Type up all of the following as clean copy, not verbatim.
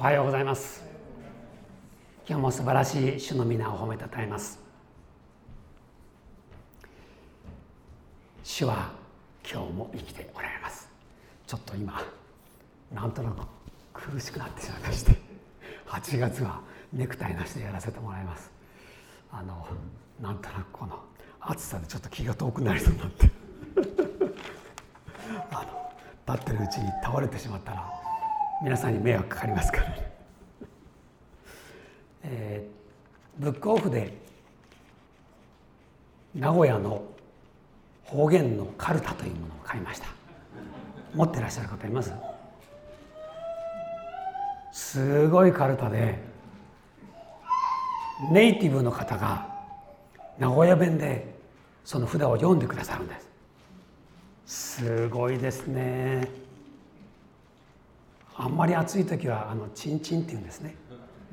おはようございます。今日も素晴らしい主の皆を褒めたたえます。主は今日も生きておられます。ちょっと今なんとなく苦しくなってしまいまして、8月はネクタイなしでやらせてもらいます。なんとなくこの暑さでちょっと気が遠くなりそうになって立ってるうちに倒れてしまったら皆さんに迷惑かかりますからね。ブックオフで名古屋の方言のカルタというものを買いました。持ってらっしゃる方います？すごいカルタで、ネイティブの方が名古屋弁でその札を読んでくださるんです。すごいですね。あんまり暑い時はチンチンって言うんですね。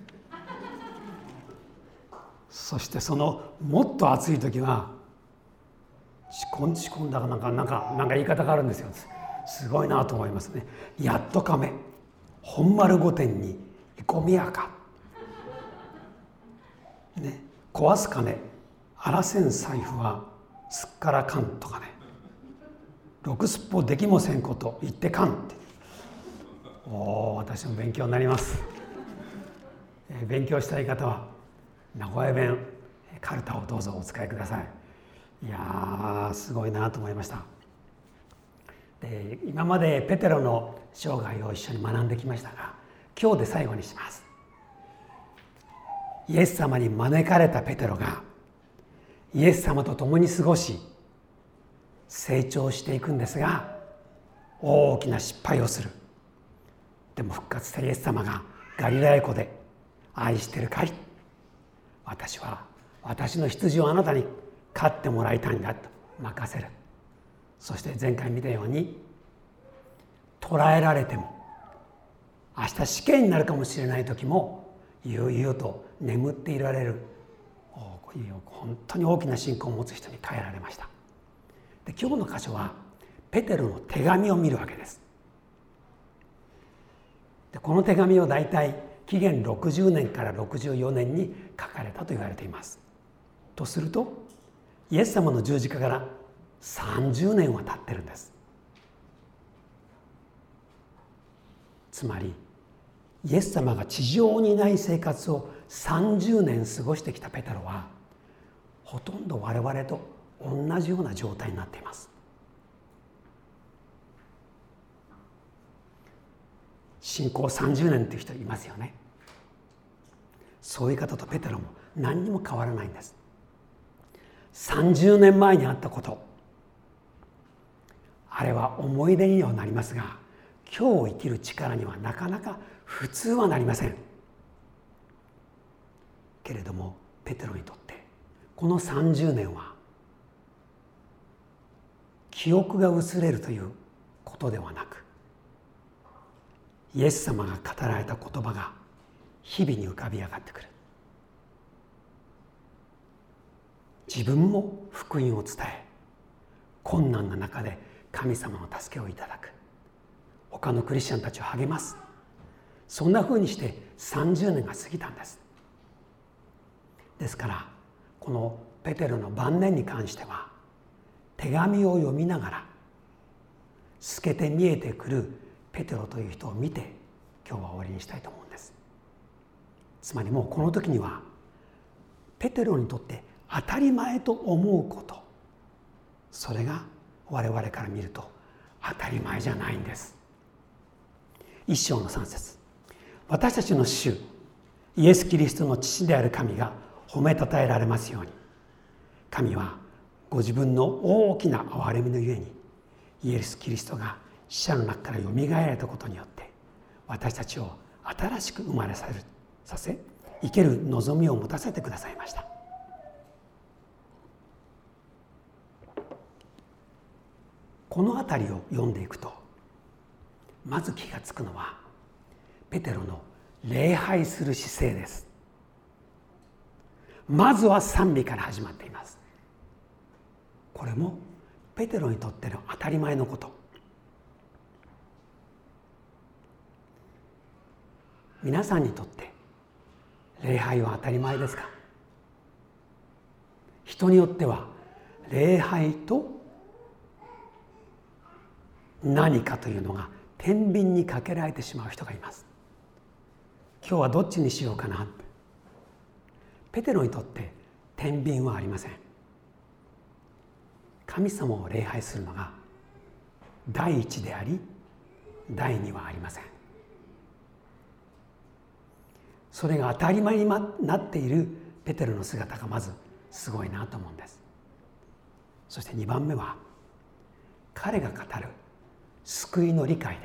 そしてそのもっと暑い時はチコンチコンだかなんか言い方があるんですよ。すごいなと思いますね。やっと亀本丸御殿にいこみやか、ね、壊す金あらせん財布はすっからかんとかね、ろくすっぽできもせんこと言ってかんって、私も勉強になります。勉強したい方は名古屋弁カルタをどうぞお使いください。いやーすごいなと思いました。で、今までペテロの生涯を一緒に学んできましたが、今日で最後にします。イエス様に招かれたペテロがイエス様と共に過ごし成長していくんですが、大きな失敗をする。でも復活したイエス様がガリラヤ湖で、愛してるかい、私は私の羊をあなたに飼ってもらいたいんだと任せる。そして前回見たように、捕らえられても明日死刑になるかもしれない時も悠々と眠っていられる、本当に大きな信仰を持つ人に変えられました。で、今日の箇所はペテロの手紙を見るわけです。で、この手紙を大体紀元60年から64年に書かれたと言われています。とするとイエス様の十字架から30年は経ってるんです。つまりイエス様が地上にいない生活を30年過ごしてきたペテロは、ほとんど我々と同じような状態になっています。信仰30年という人いますよね。そういう方とペテロも何にも変わらないんです。30年前にあったこと、あれは思い出にはなりますが、今日を生きる力にはなかなか普通はなりません。けれどもペテロにとってこの30年は記憶が薄れるということではなく、イエス様が語られた言葉が日々に浮かび上がってくる。自分も福音を伝え、困難な中で神様の助けをいただく、他のクリスチャンたちを励ます、そんなふうにして30年が過ぎたんです。ですからこのペテロの晩年に関しては、手紙を読みながら透けて見えてくるペテロという人を見て今日は終わりにしたいと思うんです。つまりもうこの時にはペテロにとって当たり前と思うこと、それが我々から見ると当たり前じゃないんです。1章の3節、私たちの主イエス・キリストの父である神が褒めたたえられますように。神はご自分の大きな憐れみのゆえにイエス・キリストが死者の中からよみがえられたことによって私たちを新しく生まれさせ、生ける望みを持たせてくださいました。この辺りを読んでいくと、まず気がつくのはペテロの礼拝する姿勢です。まずは賛美から始まっています。これもペテロにとっての当たり前のこと。 皆さんにとって礼拝は当たり前ですか？人によっては礼拝と何かというのが天秤にかけられてしまう人がいます。今日はどっちにしようかな。ペテロにとって天秤はありません。神様を礼拝するのが第一であり第二はありません。それが当たり前になっているペテロの姿がまずすごいなと思うんです。そして2番目は彼が語る救いの理解です。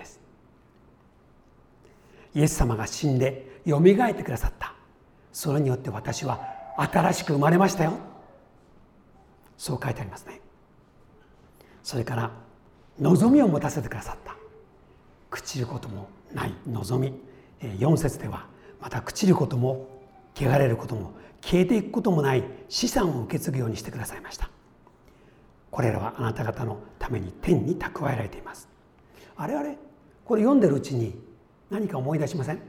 イエス様が死んでよみがえってくださった。それによって私は新しく生まれましたよ。そう書いてありますね。それから望みを持たせてくださった。朽ちることもない望み。4節ではまた朽ちることも汚れることも消えていくこともない資産を受け継ぐようにしてくださいました。これらはあなた方のために天に蓄えられています。あれこれ読んでるうちに何か思い出しません？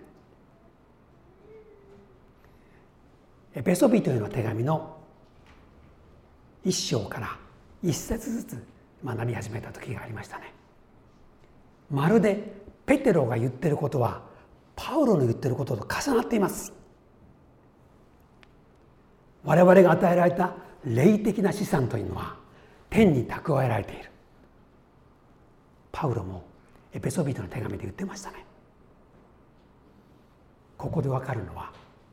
エペソビトへの手紙の1章から1節ずつ学び始めた時がありましたね。まるでペテロが言ってることはパウロの言ってることと重なっています。我々が与えられた霊的な資産というのは天に蓄えられている。パウロもエペソビトの手紙で言ってましたね。ここでわかるのは、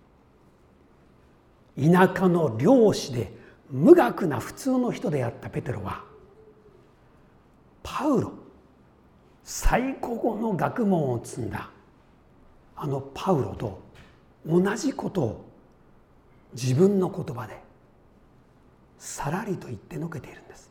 田舎の漁師で無学な普通の人であったペテロは、パウロ、最高の学問を積んだあのパウロと同じことを自分の言葉でさらりと言ってのけているんです。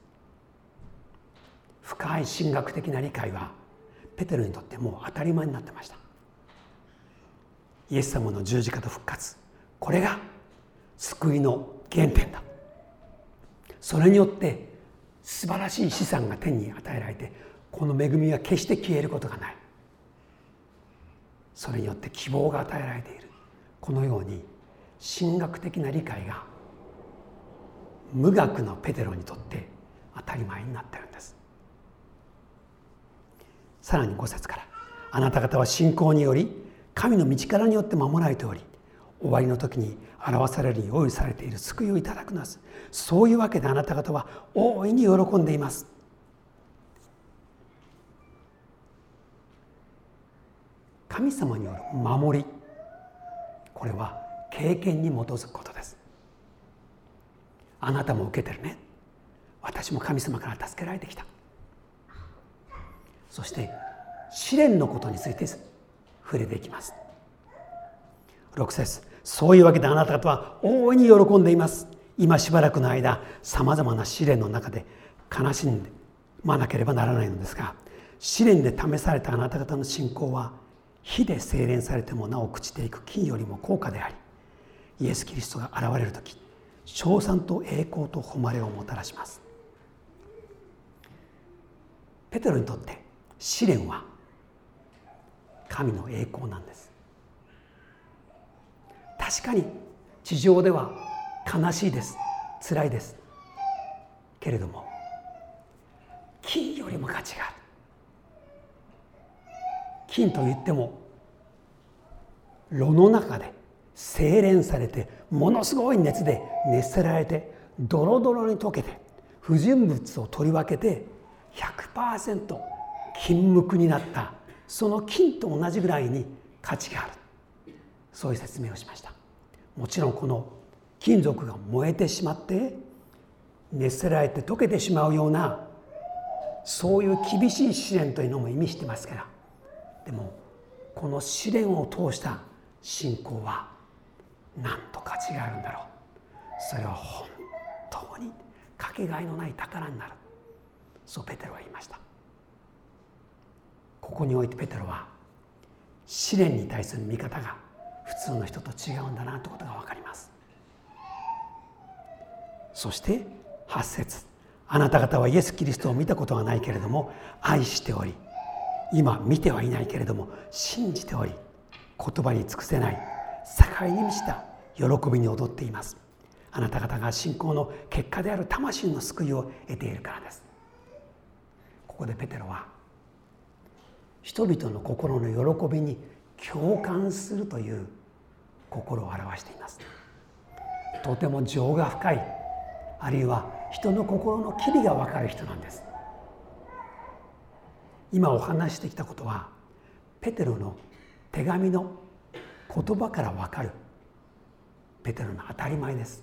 深い神学的な理解はペテロにとってもう当たり前になってました。イエス様の十字架と復活、これが救いの原点だ。それによって素晴らしい資産が天に与えられて、この恵みは決して消えることがない。それによって希望が与えられている。このように神学的な理解が無学のペテロにとって当たり前になっているんです。さらに5節から、あなた方は信仰により神の道からによって守られており、終わりの時に表されるに用意されている救いをいただくのです。そういうわけであなた方は大いに喜んでいます。神様による守り、これは経験に基づくことです。あなたも受けてるね。私も神様から助けられてきた。そして試練のことについて触れていきます。6節、そういうわけであなた方は大いに喜んでいます。今しばらくの間、さまざまな試練の中で悲しんでまなければならないのですが、試練で試されたあなた方の信仰は火で精錬されてもなお朽ちていく金よりも高価であり、イエス・キリストが現れるとき、称賛と栄光と誉れをもたらします。ペテロにとって試練は神の栄光なんです。確かに地上では悲しいです、辛いです。けれども金よりも価値がある。金といっても炉の中で精錬されて、ものすごい熱で熱せられてドロドロに溶けて不純物を取り分けて 100% 金無垢になった、その金と同じぐらいに価値がある。そういう説明をしました。もちろんこの金属が燃えてしまって熱せられて溶けてしまうような、そういう厳しい試練というのも意味してますから、でもこの試練を通した信仰はなんと価値があるんだろう。それは本当にかけがえのない宝になる。そうペテロは言いました。ここにおいてペテロは試練に対する見方が普通の人と違うんだなということが分かります。そして8節、あなた方はイエス・キリストを見たことはないけれども愛しており、今見てはいないけれども信じており、 言葉に尽くせない盛りに満ちた喜びに踊っています。あなた方が信仰の結果である魂の救いを得ているからです。ここでペテロは人々の心の喜びに共感するという心を表しています。とても情が深い、あるいは人の心の機微が分かる人なんです。今お話してきたことはペテロの手紙の言葉から分かるペテロの当たり前です。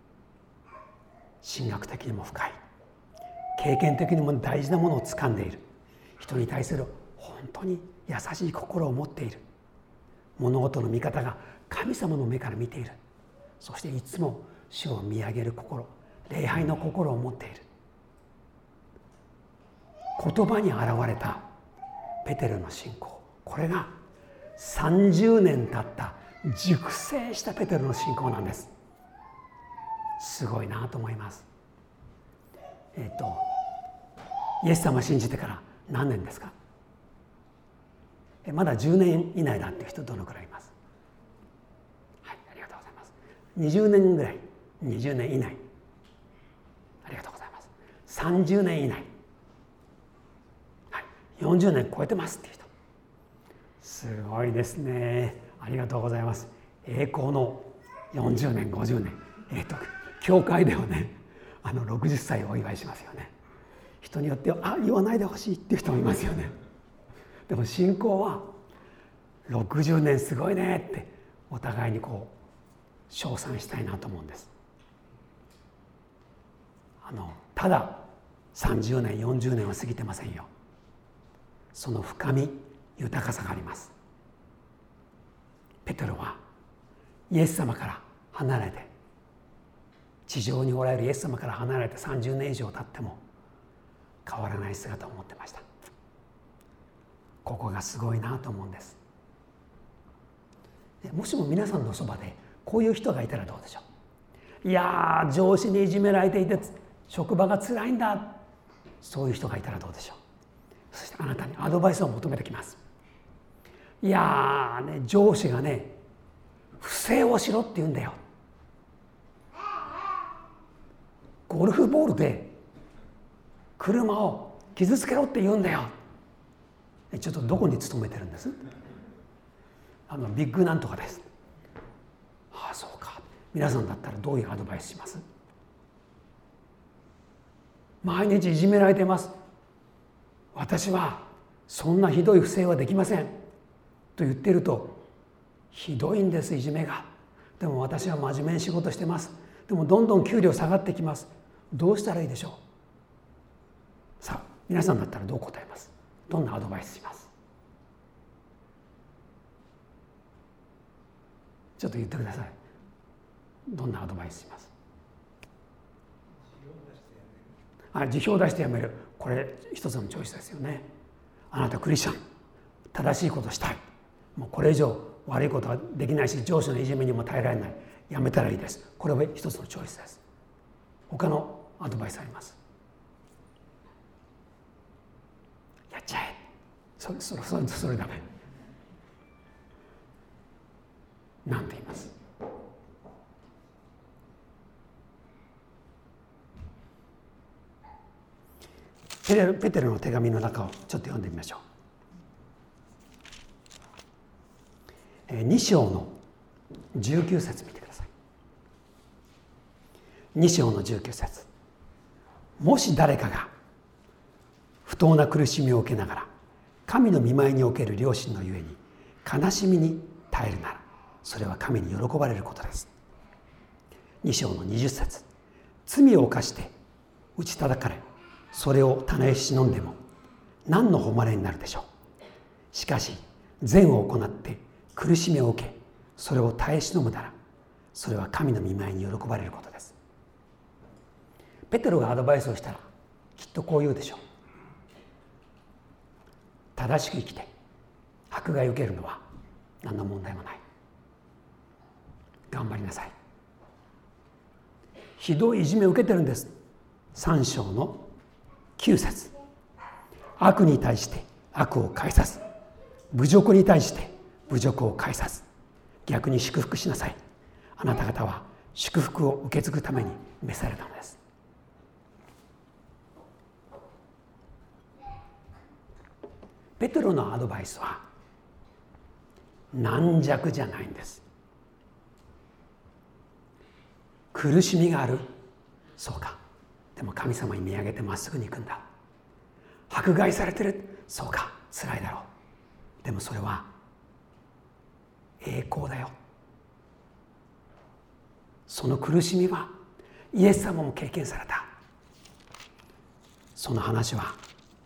神学的にも深い、経験的にも大事なものを掴んでいる、人に対する本当に優しい心を持っている、物事の見方が神様の目から見ている、そしていつも主を見上げる心、礼拝の心を持っている。言葉に現れたペテロの信仰、これが30年経った熟成したペテロの信仰なんです。すごいなと思います。イエス様を信じてから何年ですか？まだ10年以内だっていう人どのくらいいます？はい、ありがとうございます。20年ぐらい、20年以内、ありがとうございます。30年以内、はい、40年超えてますっていう人、すごいですね。ありがとうございます。栄光の40年50年、教会ではね、60歳をお祝いしますよね。人によっては言わないでほしいっていう人もいますよね。でも信仰は60年すごいねってお互いに称賛したいなと思うんです。ただ30年40年は過ぎてませんよ。その深み豊かさがあります。ペテロはイエス様から離れて、地上におられるイエス様から離れて30年以上経っても変わらない姿を持ってました。ここがすごいなと思うんです。もしも皆さんのそばでこういう人がいたらどうでしょう。いや上司にいじめられていて職場がつらいんだ、そういう人がいたらどうでしょう。そしてあなたにアドバイスを求めてきます。いや上司がね、不正をしろって言うんだよ、ゴルフボールで車を傷つけろって言うんだよ。ちょっとどこに勤めてるんです？ビッグなんとかです。ああそうか。皆さんだったらどういうアドバイスします？毎日いじめられています、私はそんなひどい不正はできませんと言っていると、ひどいんです、いじめが。でも私は真面目に仕事してます。でもどんどん給料下がってきます。どうしたらいいでしょう。さあ皆さんだったらどう答えます？どんなアドバイスします？ちょっと言ってください。どんなアドバイスします？辞表を出してやめる。これ一つのチョイスですよね。あなたクリスチャン、正しいことしたい、もうこれ以上悪いことはできないし、上司のいじめにも耐えられない、やめたらいいです。これは一つのチョイスです。他のアドバイスあります？やっちゃえ、それダメ。なんて言います？ペテロの手紙の中をちょっと読んでみましょう。2章の19節見てください。2章の19節。もし誰かが不当な苦しみを受けながら神の御前における良心のゆえに悲しみに耐えるなら、それは神に喜ばれることです。2章の20節。罪を犯して打ち叩かれ、それを種え忍んでも何の誉れになるでしょう。しかし善を行って苦しみを受け、それを耐え忍むなら、それは神の御前に喜ばれることです。ペテロがアドバイスをしたらきっとこう言うでしょう。正しく生きて迫害を受けるのは何の問題もない。頑張りなさい。ひどいいじめを受けてるんです。3章の9節。悪に対して悪を返さず、侮辱に対して侮辱を返さず逆に祝福しなさい。あなた方は祝福を受け継ぐために召されたのです。ペテロのアドバイスは軟弱じゃないんです。苦しみがある、そうか。でも神様に見上げてまっすぐに行くんだ。迫害されてる、そうか、辛いだろう。でもそれは栄光だよ。その苦しみはイエス様も経験された。その話は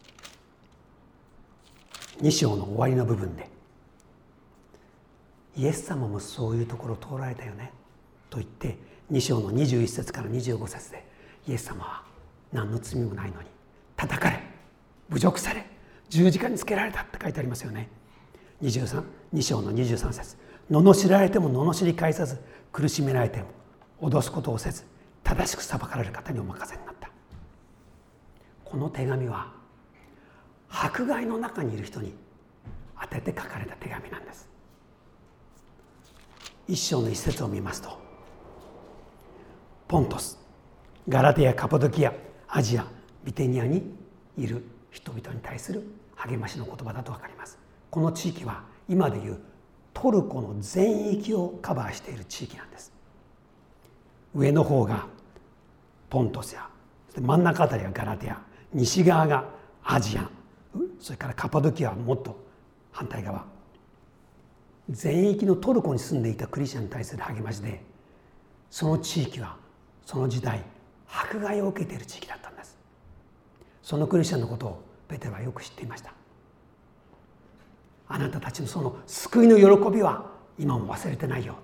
2章の終わりの部分で、イエス様もそういうところを通られたよねと言って、2章の21節から25節で、イエス様は何の罪もないのに叩かれ、侮辱され、十字架につけられたって書いてありますよね。2章の23節、罵られても罵り返さず、苦しめられても脅すことをせず、正しく裁かれる方にお任せになった。この手紙は迫害の中にいる人に当てて書かれた手紙なんです。1章の1節を見ますと、ポントス、ガラテヤ、カパドキア、アジア、ビテニアにいる人々に対する励ましの言葉だと分かります。この地域は今でいうトルコの全域をカバーしている地域なんです。上の方がポントスや、真ん中あたりがガラテヤ、西側がアジア、それからカパドキアはもっと反対側、全域のトルコに住んでいたクリスチャンに対する励ましで、その地域はその時代迫害を受けている地域だったんです。そのクリスチャンのことをペテロはよく知っていました。あなたたちのその救いの喜びは今も忘れてないよ。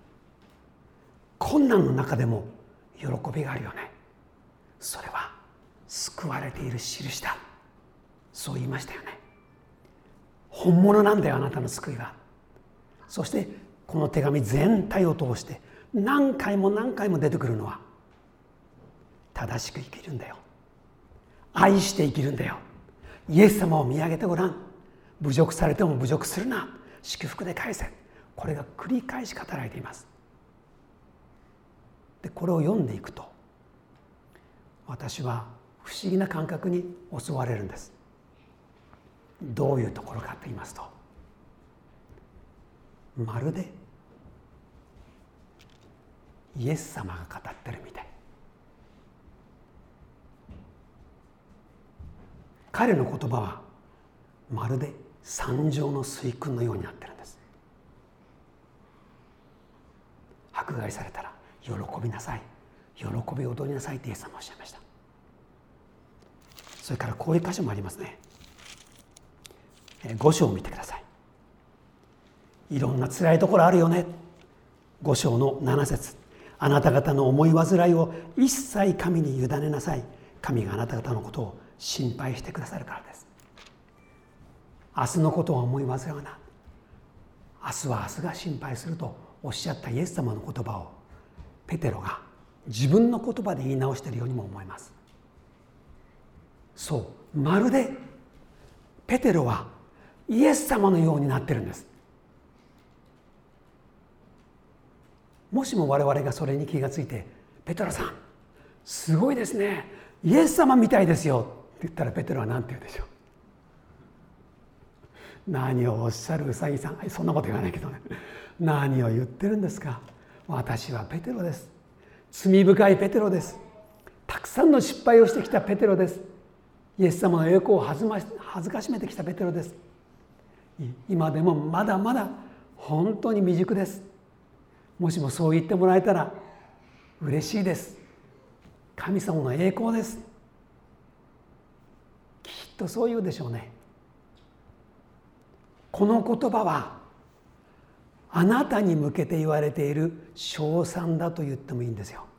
困難の中でも喜びがあるよね。それは救われている印だ。そう言いましたよね。本物なんだよ、あなたの救いは。そしてこの手紙全体を通して何回も何回も出てくるのは、正しく生きるんだよ、愛して生きるんだよ、イエス様を見上げてごらん、侮辱されても侮辱するな、祝福で返せ。これが繰り返し語られています。でこれを読んでいくと、私は不思議な感覚に襲われるんです。どういうところかと言いますと、まるでイエス様が語ってるみたい。彼の言葉はまるで山上の水訓のようになってるんです。迫害されたら喜びなさい、喜び踊りなさいってイエス様はおっしゃいました。それからこういう箇所もありますね。5章を見てください。いろんな辛いところあるよね。5章の7節、あなた方の思い煩いを一切神に委ねなさい。神があなた方のことを心配してくださるからです。明日のことを思い煩わな。明日は明日が心配するとおっしゃったイエス様の言葉をペテロが自分の言葉で言い直しているようにも思います。そう、まるでペテロはイエス様のようになってるんです。もしも我々がそれに気がついて、ペテロさんすごいですね、イエス様みたいですよって言ったら、ペテロは何て言うでしょう。何をおっしゃるウサギさん、そんなこと言わないけどね、何を言ってるんですか。私はペテロです。罪深いペテロです。たくさんの失敗をしてきたペテロです。イエス様の栄光を恥ずかしめてきたペテロです。今でもまだまだ本当に未熟です。もしもそう言ってもらえたら嬉しいです。神様の栄光です。きっとそう言うでしょうね。この言葉はあなたに向けて言われている称賛だと言ってもいいんですよ。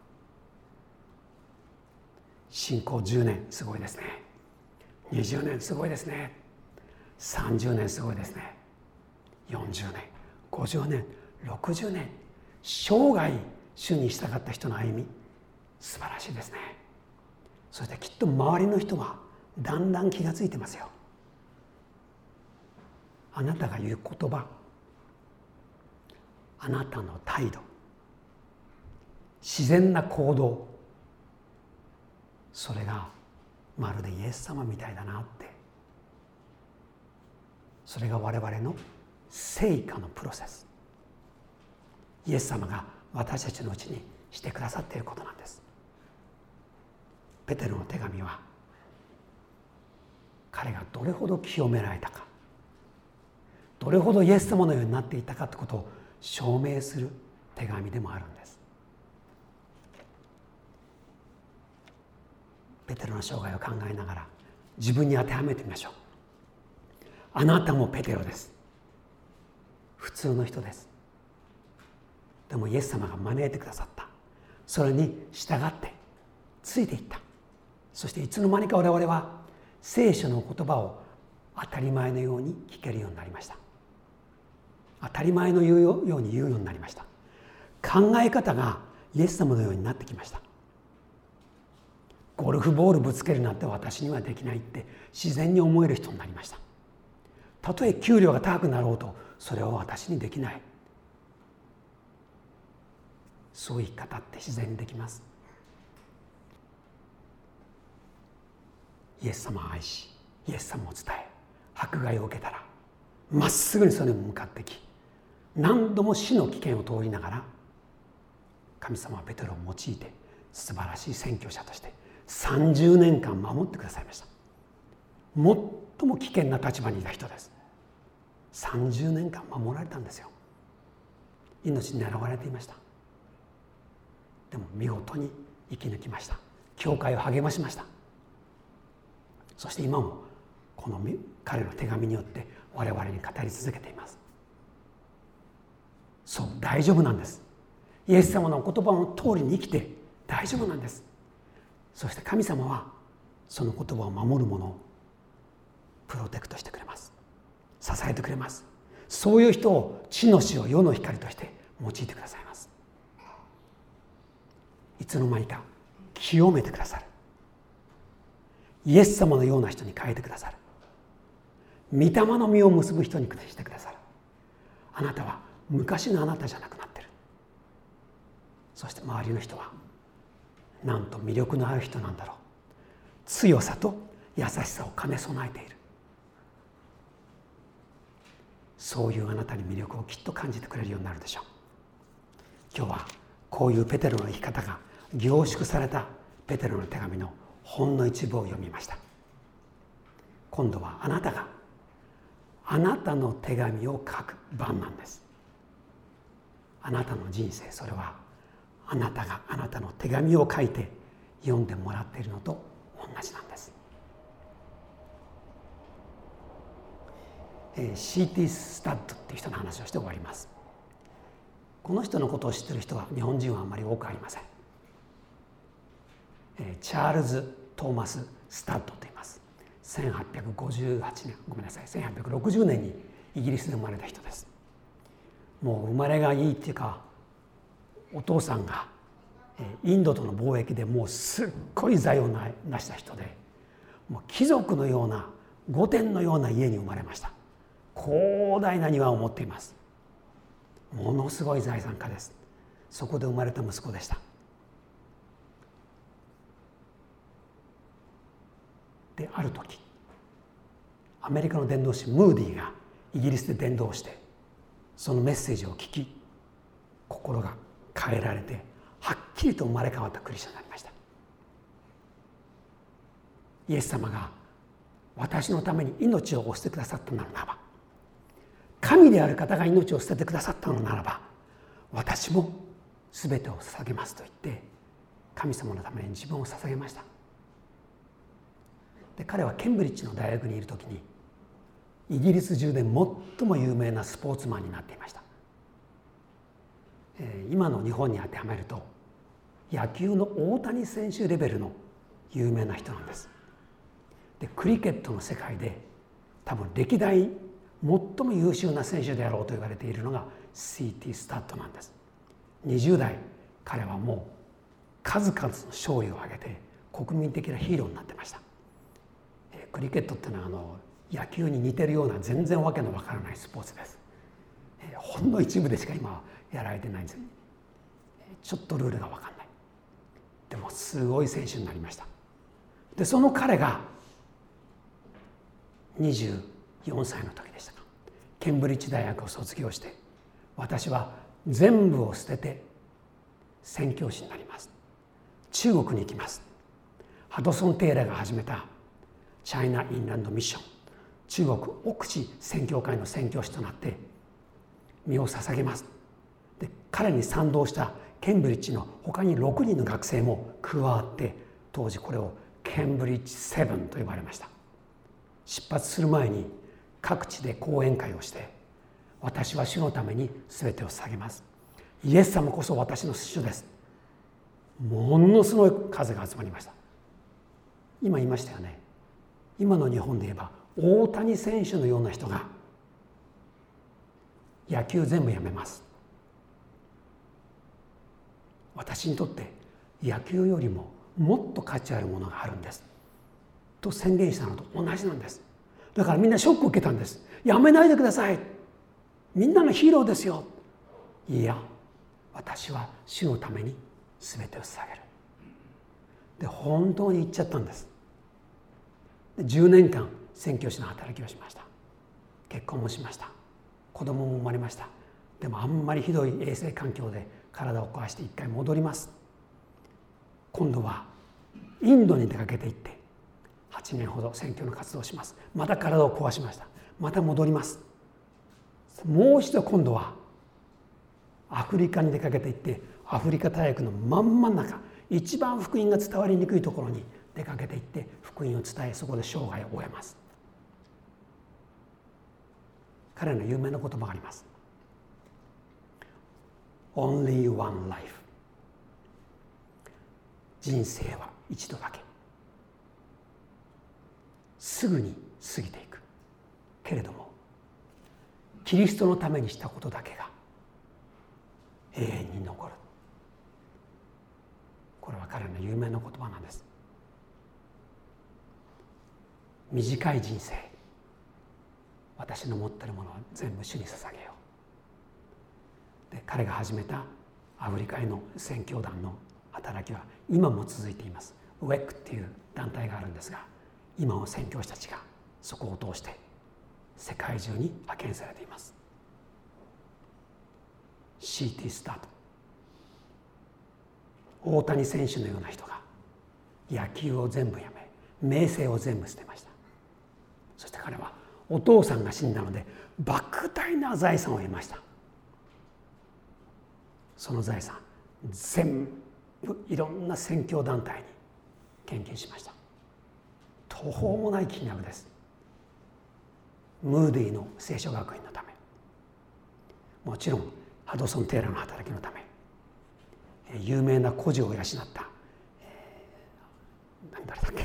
信仰10年すごいですね。20年すごいですね。30年すごいですね。40年、50年、60年、生涯主に従った人の歩み、素晴らしいですね。そしてきっと周りの人はだんだん気がついてますよ。あなたが言う言葉、 あなたの態度、自然な行動、それがまるでイエス様みたいだなって、それが我々の成果のプロセス、イエス様が私たちのうちにしてくださっていることなんです。ペテロの手紙は彼がどれほど清められたか、どれほどイエス様のようになっていたかということを証明する手紙でもあるんです。ペテロの生涯を考えながら自分に当てはめてみましょう。あなたもペテロです。普通の人です。でもイエス様が招いてくださった。それに従ってついていった。そしていつの間にか我々は聖書の言葉を当たり前のように聞けるようになりました。当たり前のように言うようになりました。考え方がイエス様のようになってきました。ゴルフボールぶつけるなんて私にはできないって自然に思える人になりました。たとえ給料が高くなろうとそれは私にできない、そういう生き方って自然にできます。イエス様を愛しイエス様を伝え迫害を受けたらまっすぐにそれに向かってき、何度も死の危険を通りながら神様はペテロを用いて素晴らしい宣教者として30年間守ってくださいました。最も危険な立場にいた人です。30年間守られたんですよ。命に狙われていました。でも見事に生き抜きました。教会を励ましました。そして今もこの彼の手紙によって我々に語り続けています。そう、大丈夫なんです。イエス様の言葉の通りに生きて大丈夫なんです。そして神様はその言葉を守る者をプロテクトしてくれます。支えてくれます。そういう人を地の塩、世の光として用いてくださいます。いつの間にか清めてくださる。イエス様のような人に変えてくださる。御霊の実を結ぶ人にしてくださる。あなたは昔のあなたじゃなくなっている。そして周りの人はなんと魅力のある人なんだろう。強さと優しさを兼ね備えている。そういうあなたに魅力をきっと感じてくれるようになるでしょう。今日はこういうペテロの生き方が凝縮されたペテロの手紙のほんの一部を読みました。今度はあなたがあなたの手紙を書く番なんです。あなたの人生、それはあなたがあなたの手紙を書いて読んでもらっているのと同じなんです。C.T. スタッドっていう人の話をして終わります。この人のことを知っている人は日本人はあまり多くありません。チャールズ・トーマス・スタッドと言います。1858年、1860年にイギリスで生まれた人です。もう生まれがいいっていうか、お父さんがインドとの貿易でもうすっごい財を成した人で、もう貴族のような御殿のような家に生まれました。広大な庭を持っています。ものすごい財産家です。そこで生まれた息子でした。で、ある時アメリカの伝道師ムーディがイギリスで伝道して、そのメッセージを聞き心が変えられて、はっきりと生まれ変わったクリスチャンになりました。イエス様が私のために命を捨ててくださったならば、神である方が命を捨ててくださったのならば、私も全てを捧げますと言って神様のために自分を捧げました。で、彼はケンブリッジの大学にいる時にイギリス中で最も有名なスポーツマンになっていました。今の日本に当てはめると野球の大谷選手レベルの有名な人なんです。で、クリケットの世界で多分歴代最も優秀な選手であろうと言われているのが C.T. スタッドなんです。20代彼はもう数々の勝利を挙げて国民的なヒーローになってました。クリケットっていうのは野球に似てるような全然わけのわからないスポーツです。ほんの一部でしか今やられてないんです。ちょっとルールが分かんない。でもすごい選手になりました。でその彼が24歳の時でしたか、ケンブリッジ大学を卒業して、私は全部を捨てて宣教師になります、中国に行きます、ハドソン・テイラーが始めたチャイナ・インランド・ミッション、中国奥地宣教会の宣教師となって身を捧げます。で彼に賛同したケンブリッジの他に6人の学生も加わって、当時これをケンブリッジ7と呼ばれました。出発する前に各地で講演会をして、私は主のために全てを捧げます、イエス様こそ私の主です、ものすごい数が集まりました。今言いましたよね。今の日本で言えば大谷選手のような人が野球全部やめます。私にとって野球よりももっと価値あるものがあるんですと宣言したのと同じなんです。だからみんなショックを受けたんです。やめないでください、みんなのヒーローですよ。いや、私は主のために全てを捧げる。で本当に言っちゃったんです。で10年間宣教師の働きをしました。結婚もしました。子供も生まれました。でもあんまりひどい衛生環境で体を壊して一回戻ります。今度はインドに出かけていって8年ほど宣教の活動をします。また体を壊しました。また戻ります。もう一度今度はアフリカに出かけていって、アフリカ大陸の真ん中、一番福音が伝わりにくいところに出かけていって福音を伝え、そこで生涯を終えます。彼の有名な言葉があります。 Only one life、 人生は一度だけ、すぐに過ぎていくけれども、キリストのためにしたことだけが永遠に残る。これは彼の有名な言葉なんです。短い人生、私の持っているものは全部主に捧げよう。で彼が始めたアフリカへの宣教団の働きは今も続いています。ウェックっていう団体があるんですが、今も宣教師たちがそこを通して世界中に派遣されています。 CT スタート。大谷選手のような人が野球を全部やめ、名声を全部捨てました。そして彼はお父さんが死んだので莫大な財産を得ました。その財産全部いろんな宣教団体に献金しました。途方もない金額です。ムーディの聖書学院のため、もちろんハドソン・テイラーの働きのため、有名な孤児を養った、誰だっけ、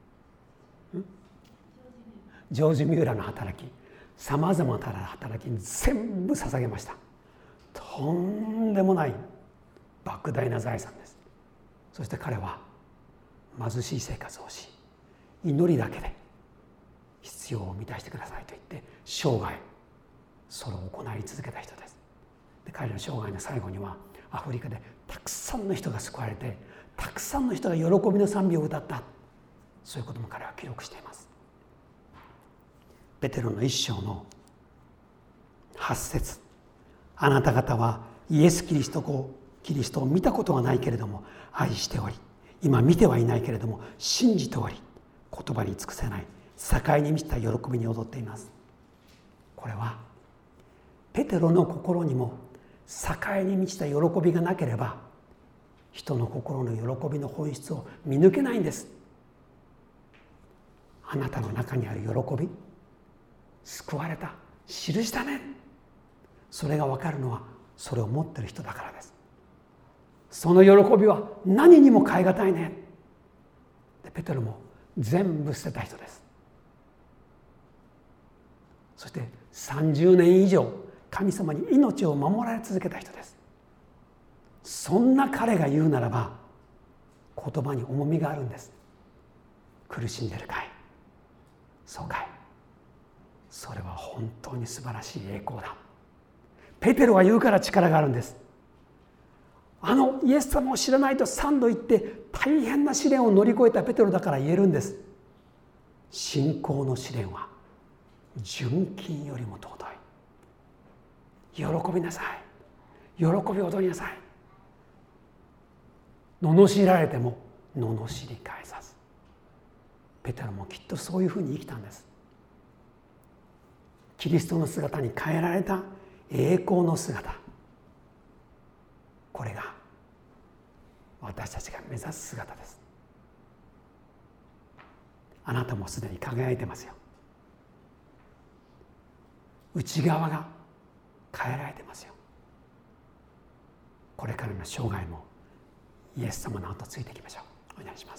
ジョージ・ミューラーの働き、さまざまな働きに全部捧げました。とんでもない莫大な財産です。そして彼は貧しい生活をし、祈りだけで必要を満たしてくださいと言って生涯それを行い続けた人です。で彼の生涯の最後にはアフリカでたくさんの人が救われて、たくさんの人が喜びの賛美を歌った、そういうことも彼は記録しています。ペテロの1章の8節、あなた方はイエス・キリストを見たことはないけれども愛しており、今見てはいないけれども信じており、言葉に尽くせない栄に満ちた喜びに踊っています。これはペテロの心にも栄に満ちた喜びがなければ、人の心の喜びの本質を見抜けないんです。あなたの中にある喜び、救われた印だね、それが分かるのはそれを持っている人だからです。その喜びは何にも代え難いね。でペテロも全部捨てた人です。そして30年以上神様に命を守られ続けた人です。そんな彼が言うならば言葉に重みがあるんです。苦しんでるかい、そうかい、それは本当に素晴らしい栄光だ。 ペテロが言うから力があるんです。イエス様を知らないと3度言って大変な試練を乗り越えたペテロだから言えるんです。信仰の試練は純金よりも尊い。喜びなさい。喜び踊りなさい。罵られても罵り返さず。ペテロもきっとそういうふうに生きたんです。キリストの姿に変えられた栄光の姿、これが私たちが目指す姿です。あなたもすでに輝いてますよ。内側が変えられてますよ。これからの生涯もイエス様の後ついていきましょう。お願いします。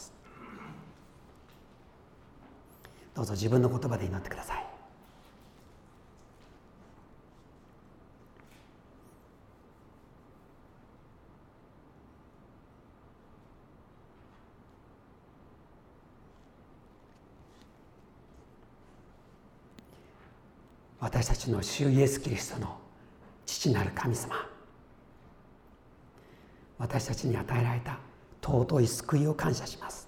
どうぞ自分の言葉で祈ってください。私たちの主イエスキリストの父なる神様、私たちに与えられた尊い救いを感謝します。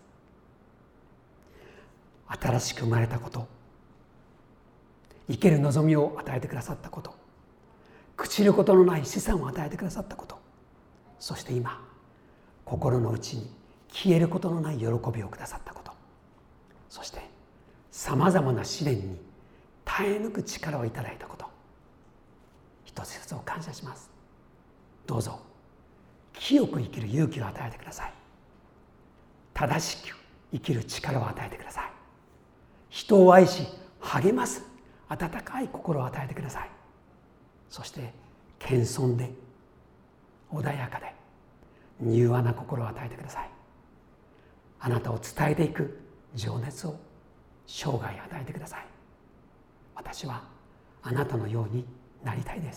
新しく生まれたこと、生ける望みを与えてくださったこと、朽ちることのない資産を与えてくださったこと、そして今心の内に消えることのない喜びをくださったこと、そしてさまざまな試練に耐え抜く力をいただいたこと、一つ一つを感謝します。どうぞ清く生きる勇気を与えてください。正しく生きる力を与えてください。人を愛し励ます温かい心を与えてください。そして謙遜で穏やかで柔和な心を与えてください。あなたを伝えていく情熱を生涯与えてください。私はあなたのようになりたいです。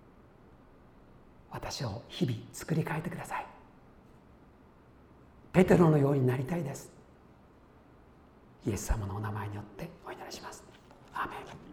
私を日々作り変えてください。ペテロのようになりたいです。イエス様のお名前によってお祈りします。アーメン。